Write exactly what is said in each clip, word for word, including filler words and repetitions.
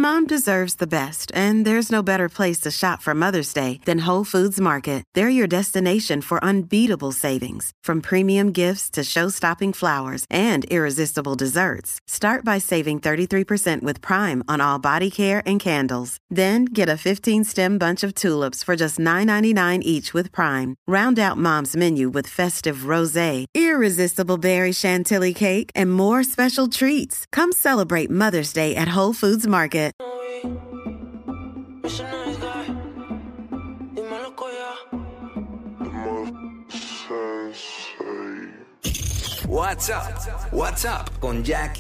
Mom deserves the best, and there's no better place to shop for Mother's Day than Whole Foods Market. They're your destination for unbeatable savings, from premium gifts to show-stopping flowers and irresistible desserts. Start by saving thirty-three percent with Prime on all body care and candles. Then get a fifteen-stem bunch of tulips for just nine ninety-nine each with Prime. Round out Mom's menu with festive rosé, irresistible berry chantilly cake, and more special treats. Come celebrate Mother's Day at Whole Foods Market. What's up? What's up con Jackie?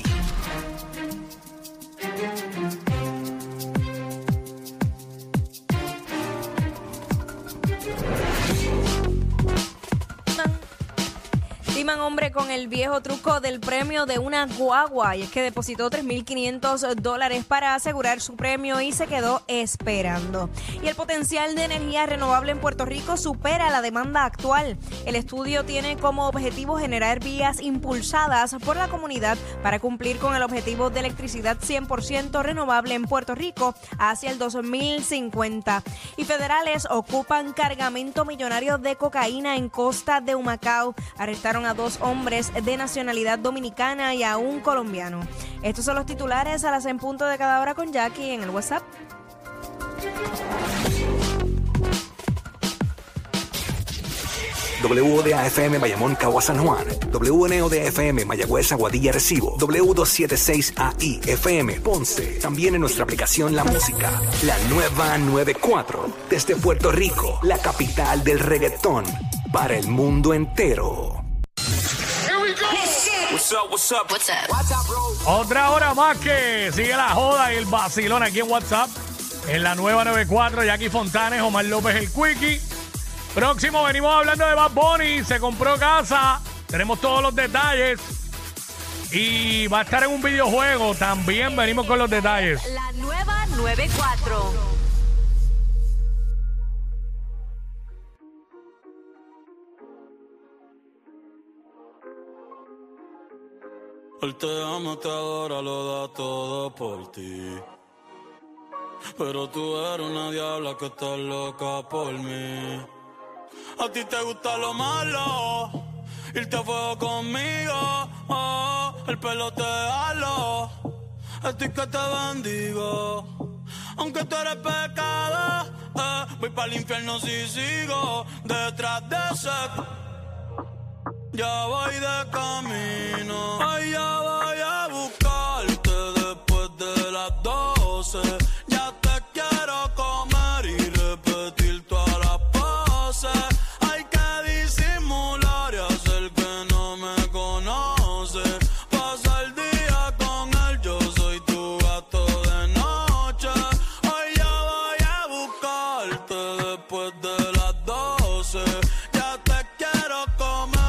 Timan hombre con el viejo truco del premio de una guagua, y es que depositó tres mil quinientos dólares para asegurar su premio y se quedó esperando. Y el potencial de energía renovable en Puerto Rico supera la demanda actual. El estudio tiene como objetivo generar vías impulsadas por la comunidad para cumplir con el objetivo de electricidad cien por ciento renovable en Puerto Rico hacia el dos mil cincuenta. Y federales ocupan cargamento millonario de cocaína en costa de Humacao. Arrestaron a dos hombres de nacionalidad dominicana y a un colombiano. Estos son los titulares a las en punto de cada hora con Jackie en el WhatsApp. W O D A F M Bayamón, Cagua, San Juan. W N O D F M Mayagüez, Aguadilla, Arecibo. W doscientos setenta y seis A I F M Ponce. También en nuestra aplicación La Música. La nueva noventa y cuatro. Desde Puerto Rico, la capital del reggaetón. Para el mundo entero. What's up, what's up, what's up? What's up, bro? Otra hora más que sigue la joda y el vacilón aquí en WhatsApp. En la nueva noventa y cuatro, Jackie Fontanes, Omar López, el Quickie. Próximo, venimos hablando de Bad Bunny. Se compró casa. Tenemos todos los detalles. Y va a estar en un videojuego. También venimos con los detalles. La nueva noventa y cuatro. Él te ama, te adora, lo da todo por ti. Pero tú eres una diabla que está loca por mí. A ti te gusta lo malo, irte a fuego conmigo. Oh, el pelo te halo, estoy que te bendigo. Aunque tú eres pecado, eh, voy para el infierno si sigo detrás de ese. Ya voy de camino, ay, ya voy a buscarte después de las doce. Ya te quiero comer y repetir todas las poses. Hay que disimular y hacer que no me conoce. Pasa el día con él, yo soy tu gato de noche. Hoy ya voy a buscarte después de las doce. Ya te quiero comer.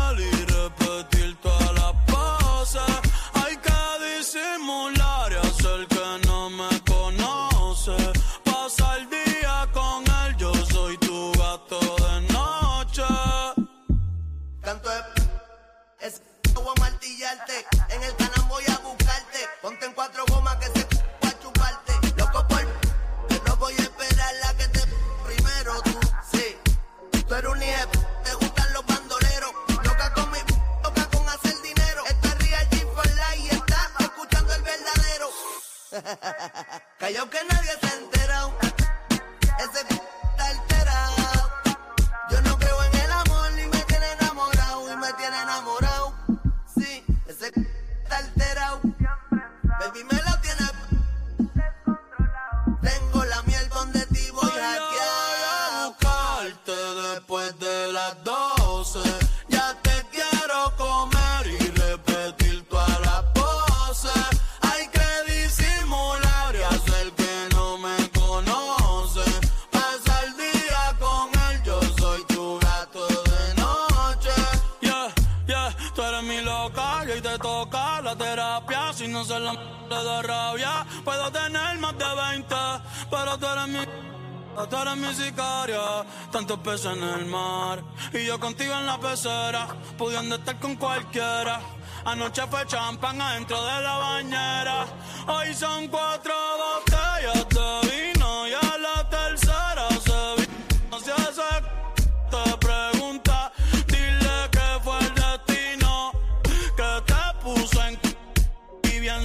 En el canal voy a buscarte. Ponte en cuatro gomas que se va a chuparte. Loco por que no voy a esperar la que te primero tú. Sí, tú eres un hijo, te gustan los bandoleros. Loca con mi, loca con hacer dinero. Esto es Real G for Life y está escuchando el verdadero. Callao que nadie se ha enterado. Ese está alterado. Yo no creo en el amor ni me tiene enamorado. Y me tiene enamorado. Sí, ese está alterado. Baby me lo tiene descontrolado. Tengo la miel donde ti voy a hackear. A buscarte después de las doce. Ya te quiero comer y repetir todas las poses. Hay que disimular y hacer que no me conoce. Pasa el día con él, yo soy tu gato de noche. Yeah, yeah, tú eres mi loca y te toca la terapia. Si no se la le da rabia, puedo tener más de veinte, pero tú eres mi, tú eres mi sicaria. Tantos peces en el mar y yo contigo en la pecera, pudiendo estar con cualquiera. Anoche fue champán adentro de la bañera. Hoy son cuatro botellas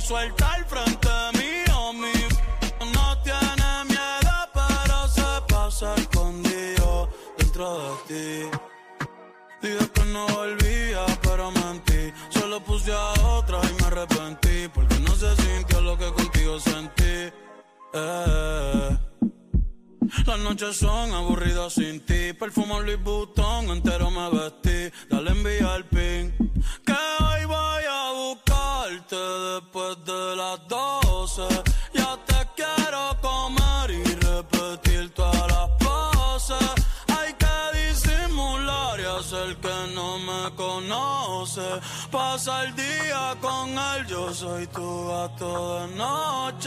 suelta al frente mío. Mi no tiene miedo, pero se pasa escondido dentro de ti. Dije que no volvía, pero mentí. Solo puse a otra y me arrepentí, porque no se sintió lo que contigo sentí. Eh. Las noches son aburridas sin ti. Perfumo Louis Vuitton, entero me vestí. Dale envía el pin, que hoy voy a buscarte después de las doce. Ya te quiero comer y repetir todas las poses. Hay que disimular y hacer que no me conoce. Pasa el día con él, yo soy tu gato de noche.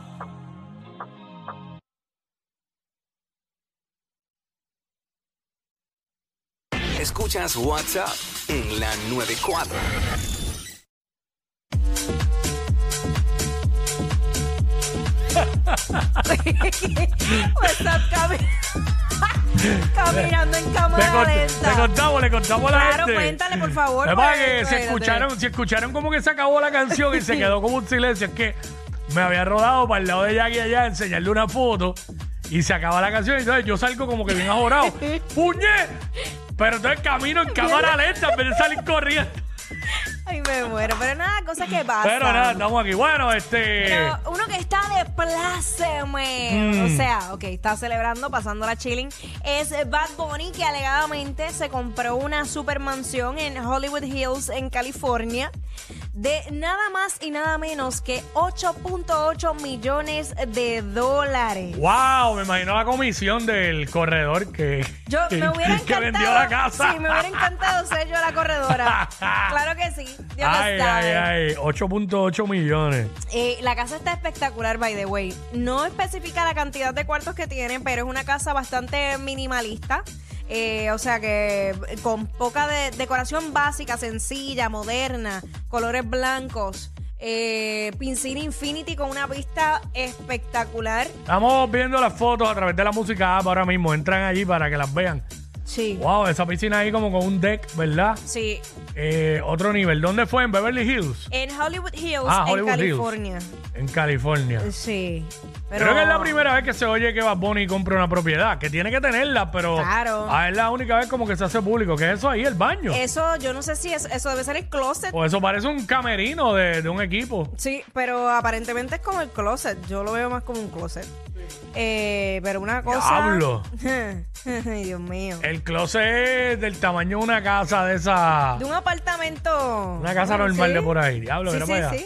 Escuchas WhatsApp en la noventa y cuatro. WhatsApp cami- caminando en Le, cámara cont- lenta. le contamos, le contamos a la Claro, gente. cuéntale, por favor. Lo que pasa es pues, que se espérate. escucharon, se escucharon como que se acabó la canción y se quedó como un silencio. Es que me había rodado para el lado de Jackie allá a enseñarle una foto y se acaba la canción y entonces yo salgo como que bien ajorado. ¡Puñe! Pero entonces camino en cámara lenta en vez de salir corriendo. Ay, me muero. Pero nada, cosas que pasan. Pero nada, estamos aquí. Bueno, este... Pero uno que está de pláceme, Mm. o sea, ok, está celebrando, pasando la chilling, es Bad Bunny, que alegadamente se compró una supermansión en Hollywood Hills, en California, de nada más y nada menos que ocho punto ocho millones de dólares. ¡Wow! Me imagino la comisión del corredor que, Yo que, me hubiera que encantado. vendió la casa. Sí, me hubiera encantado ser yo la corredora. Claro que sí. Dios lo Ay, sabe. ay, ay. ocho punto ocho millones. Eh, la casa está espectacular, by the way. No especifica la cantidad de cuartos que tiene, pero es una casa bastante minimalista. Eh, o sea que con poca de- decoración básica, sencilla, moderna, colores blancos. Eh, piscina Infinity con una vista espectacular. Estamos viendo las fotos a través de la música app ahora mismo. Entran allí para que las vean. Sí. Wow, esa piscina ahí como con un deck, ¿verdad? Sí. Eh, otro nivel. ¿Dónde fue? ¿En Beverly Hills? En Hollywood Hills, Ah, en Hollywood Hills. California. En California. Sí. Pero Creo que es la primera vez que se oye que Bad Bunny compra una propiedad, que tiene que tenerla, pero Claro. ah, es la única vez como que se hace público, que es eso ahí, el baño. Eso, yo no sé si es, eso debe ser el closet. O eso parece un camerino de, de un equipo. Sí, pero aparentemente es como el closet. Yo lo veo más como un closet. Eh, pero una cosa. Diablo. Ay, Dios mío. El closet es del tamaño de una casa de esa. De un apartamento. Una casa Bueno, normal sí. de por ahí. Diablo, Sí, mira sí, para allá. sí.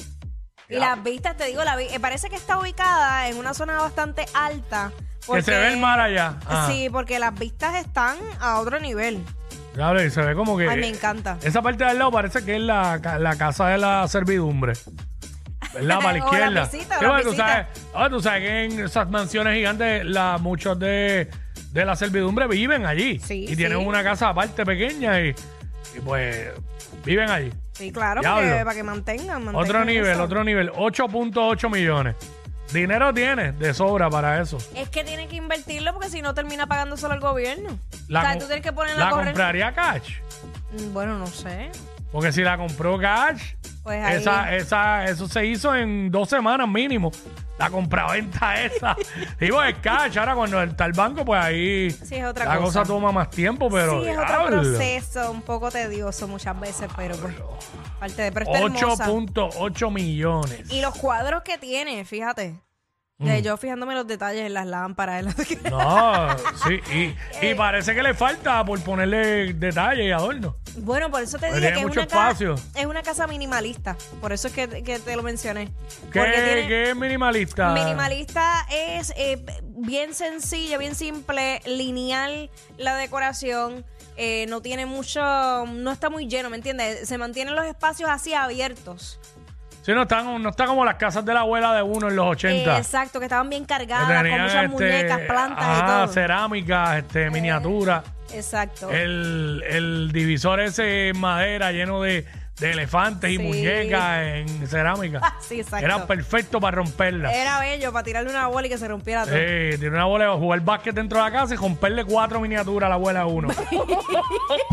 Y las vistas, te digo, la vi- eh, parece que está ubicada en una zona bastante alta. Que se ve el mar allá. Ajá. Sí, porque las vistas están a otro nivel. Diablo, y se ve como que. Ay, me encanta. Esa parte de al lado parece que es la, ca- la casa de la servidumbre. ¿Verdad? Para la O la izquierda. visita, o Sí, la porque tú, visita. sabes, ah, tú sabes que en esas mansiones gigantes, la, muchos de, de la servidumbre viven allí. Sí, y tienen sí. una casa aparte pequeña y, y pues viven allí. Sí, claro, Diablo. porque, para que mantengan. mantengan Otro nivel, eso. otro nivel. ocho punto ocho millones. Dinero tiene de sobra para eso. Es que tienen que invertirlo porque si no termina pagando solo el gobierno. La, o sea, com- tú tienes que ponerla la a correr. compraría cash. Mm, Bueno, no sé. Porque si la compró cash, Pues ahí- esa, esa, eso se hizo en dos semanas mínimo. La compraventa esa. Digo, es cash. Ahora cuando está el banco, pues ahí Sí, es otra la cosa. cosa. toma más tiempo, pero. sí, es otro diablo. proceso, un poco tedioso muchas veces, pero pues, parte de, pero está ocho hermosa. punto ocho millones. Y los cuadros que tiene, fíjate. Mm. De yo fijándome los detalles en las lámparas. En las... No, sí. Y, y parece que le falta por ponerle detalle y adorno. Bueno, por eso te Pero dije tiene que es mucho una, ca- espacio. es una casa minimalista. Por eso es que, que te lo mencioné. ¿Qué, Porque tiene- qué es minimalista? Minimalista es eh, bien sencilla, bien simple, lineal la decoración. Eh, no tiene mucho, no está muy lleno, ¿me entiendes? Se mantienen los espacios así abiertos. Sí, no, están, no está como las casas de la abuela de uno en los ochenta. Eh, exacto, que estaban bien Que cargadas, con tenían, muchas este, muñecas, plantas ajá, y todo. Eh, cerámica, este, miniatura. Exacto. El, el divisor ese en madera lleno de, de elefantes y Sí. muñecas en cerámica. Sí, exacto. Era perfecto para romperla. Era bello para tirarle una bola y que se rompiera todo. Sí, tiene una bola, jugar básquet dentro de la casa y romperle cuatro miniaturas a la abuela de uno.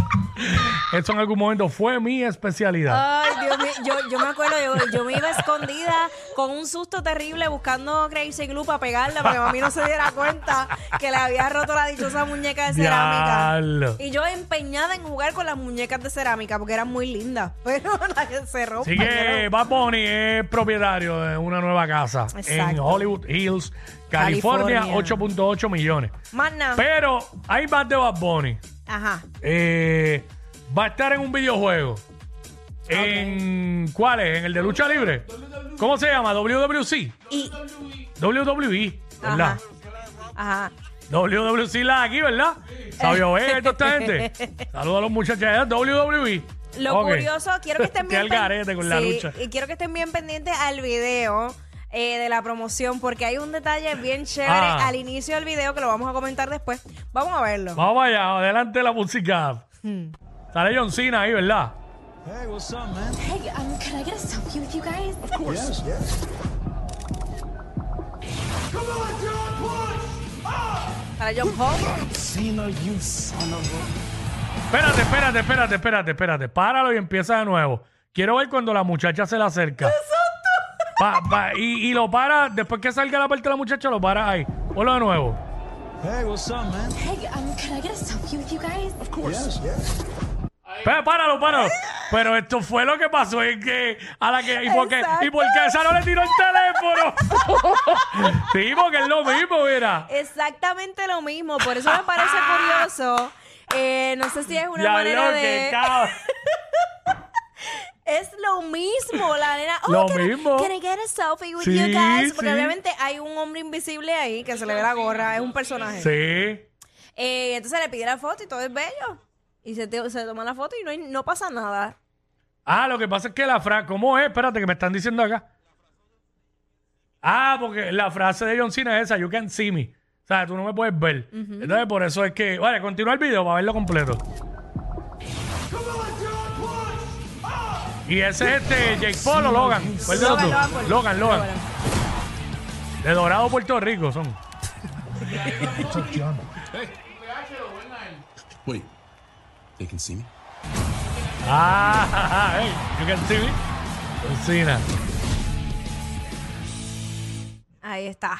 Eso en algún momento fue mi especialidad. Ay, Dios mío, yo, yo me acuerdo, yo, yo me iba escondida con un susto terrible buscando Crazy Glue para pegarla para que mami no se diera cuenta que le había roto la dichosa muñeca de cerámica. Diablo. Y yo empeñada en jugar con las muñecas de cerámica porque eran muy lindas, pero la que se rompe. Así que Bad Bunny es propietario de una nueva casa en Exacto. Hollywood Hills, California, California. ocho punto ocho millones. Más nada. Pero hay más de Bad Bunny. Ajá. Eh, va a estar en un videojuego. ¿En cuál es? ¿En el de lucha libre? ¿Cómo se llama? W W C. Y. W W E, ¿verdad? Ajá. W W C la de aquí, ¿verdad? Sabio Vega y toda esta gente. Saludos a los muchachos de W W E. Lo Ok. curioso, quiero que estén Qué bien al garete con la sí, lucha. y quiero que estén bien pendientes al video eh, de la promoción, porque hay un detalle bien chévere Ah. al inicio del video que lo vamos a comentar después. Vamos a verlo. Vamos allá, adelante la música. Hmm. Sale John Cena ahí, ¿verdad? Hey, what's up, man? Hey, um, can I get a selfie with you guys? Of course. Yes, yes. Para John Paul. Cena, you son of a... Espérate, espérate, espérate, espérate, espérate. Páralo y empieza de nuevo. Quiero ver cuando la muchacha se le acerca. Pa, pa, y, y lo para, después que salga la parte de la muchacha, lo para ahí. Ponlo de nuevo. Hey, what's up, man? Hey, um, can I get a selfie with you guys? Of course. Yes, yes. Espera, páralo, páralo. Pero esto fue lo que pasó, es que a la que. ¿Y por qué, Exacto. ¿y por qué esa no le tiró el teléfono? Sí, porque es lo mismo, mira. Exactamente lo mismo, por eso me parece curioso. Eh, no sé si es una Ya manera lo de... que cabrón. Es lo mismo, la nena. Oh, Lo can I- mismo. Can I get a selfie with Sí, you guys? Porque sí. obviamente hay un hombre invisible ahí que se le ve la gorra, es un personaje. Sí. Eh, entonces le pide la foto y todo es bello. Y se, te- se toma la foto y no, hay- no pasa nada. Ah, lo que pasa es que la frase. ¿Cómo es? Espérate, que me están diciendo acá. Ah, porque la frase de John Cena es esa: You can see me. O sea, tú no me puedes ver. Entonces, por eso es que. Vale, continúa el video para verlo completo. Y ese es este Jake Paul o Logan. ¿Cuál de los Logan, dos? Logan Paul. Logan, Logan. Logan. De Dorado, Puerto Rico son. Wait, they can see me? Ah, hey, you can see me. John Cena. Ahí está.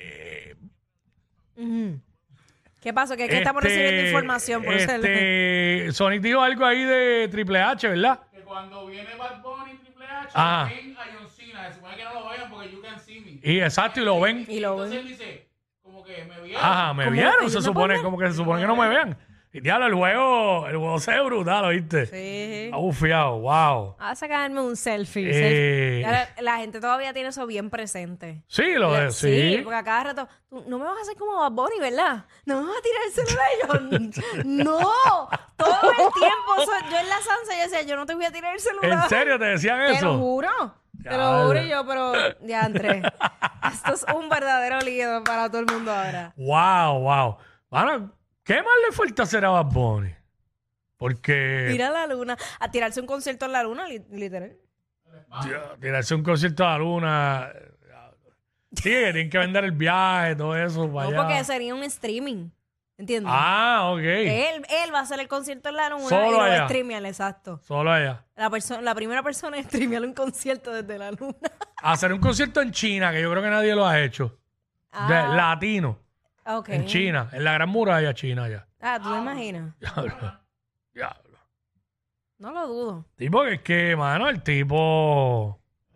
Ujú. ¿Qué pasó? Que es que estamos recibiendo información por eso. este, Sonic dijo algo ahí de Triple H, ¿verdad? Que cuando viene Bad Bunny y Triple H, Ajá. ven a John Cena. Se supone que no lo vean porque you can see me. Y exacto, y lo ven. Y lo Entonces ven. él dice, como que me vieron. Ajá, me ¿Cómo? vieron, ¿Ellos se me supone, ponen? como que se supone que no me vean. Y diablo, el juego, el juego se ve brutal, ¿oíste? Sí. Está bufiado, wow. A sacarme un selfie. Eh. selfie. Ya La, la gente todavía tiene eso bien presente. Sí, lo de, Sí, sí. porque a cada rato, tú no me vas a hacer como Bad Bunny, ¿verdad? No me vas a tirar el celular. Y yo, no, todo el tiempo. so- yo en la salsa yo decía, yo no te voy a tirar el celular. ¿En serio te decían Te lo eso? juro. Te Diablo. lo juro y yo, pero ya entré. Esto es un verdadero lío para todo el mundo ahora. Wow, wow. Bueno, ¿qué más le falta hacer a Bad Bunny? Porque Tira a la luna. A tirarse un concierto en la luna, li- literal. ya, tirarse un concierto a la luna. Sí, que tienen que vender el viaje, todo eso para No, allá. porque sería un streaming. ¿Entiendes? Ah, ok. Él, él va a hacer el concierto en la luna Solo y lo va allá. a streamear, exacto. Solo allá. La, perso- la primera persona en streamear un concierto desde la luna. Hacer un concierto en China, que yo creo que nadie lo ha hecho. De Ah, latino. ok. En China, en la gran muralla china ya. Ah, ¿tú te imaginas? Diablo. Diablo. No lo dudo. Tipo que es que, mano, el tipo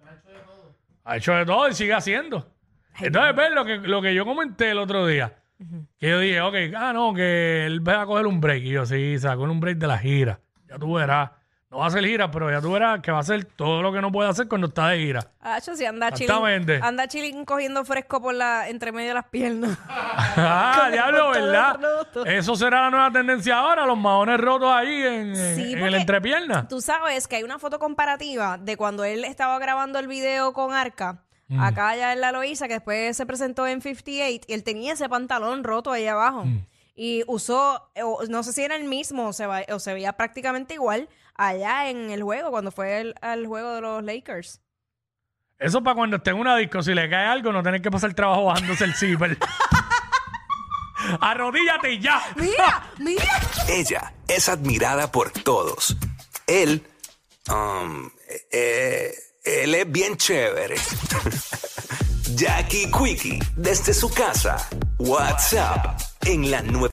ha hecho de todo y sigue haciendo. Entonces, ves lo que, lo que yo comenté el otro día. Que yo dije, ok, ah, no, que él va a coger un break. Y yo, sí, sacó un break de la gira. Ya tú verás. No va a hacer gira, pero ya tú verás que va a hacer todo lo que no puede hacer cuando está de gira. Ah, yo sí, anda Exactamente. chilling. Anda chilling cogiendo fresco por la, entre medio de las piernas. Ah, Con el diablo, pantalón ¿verdad? roto. Eso será la nueva tendencia ahora, los maones rotos ahí en, en- Sí, en porque el entrepierna. Tú sabes que hay una foto comparativa de cuando él estaba grabando el video con Arca, acá allá en la Loíza, que después se presentó en cincuenta y ocho, y él tenía ese pantalón roto ahí abajo. Y usó, o no sé si era el mismo o se, va- o se veía prácticamente igual allá en el juego, cuando fue el, al juego de los Lakers. Eso para cuando esté en una disco, si le cae algo, no tener que pasar trabajo bajándose el zipper. Arrodíllate y ya. Mira, mira. Ella es admirada por todos. Él, um, eh, él es bien chévere. Jackie Quickie, desde su casa. WhatsApp en la nueve.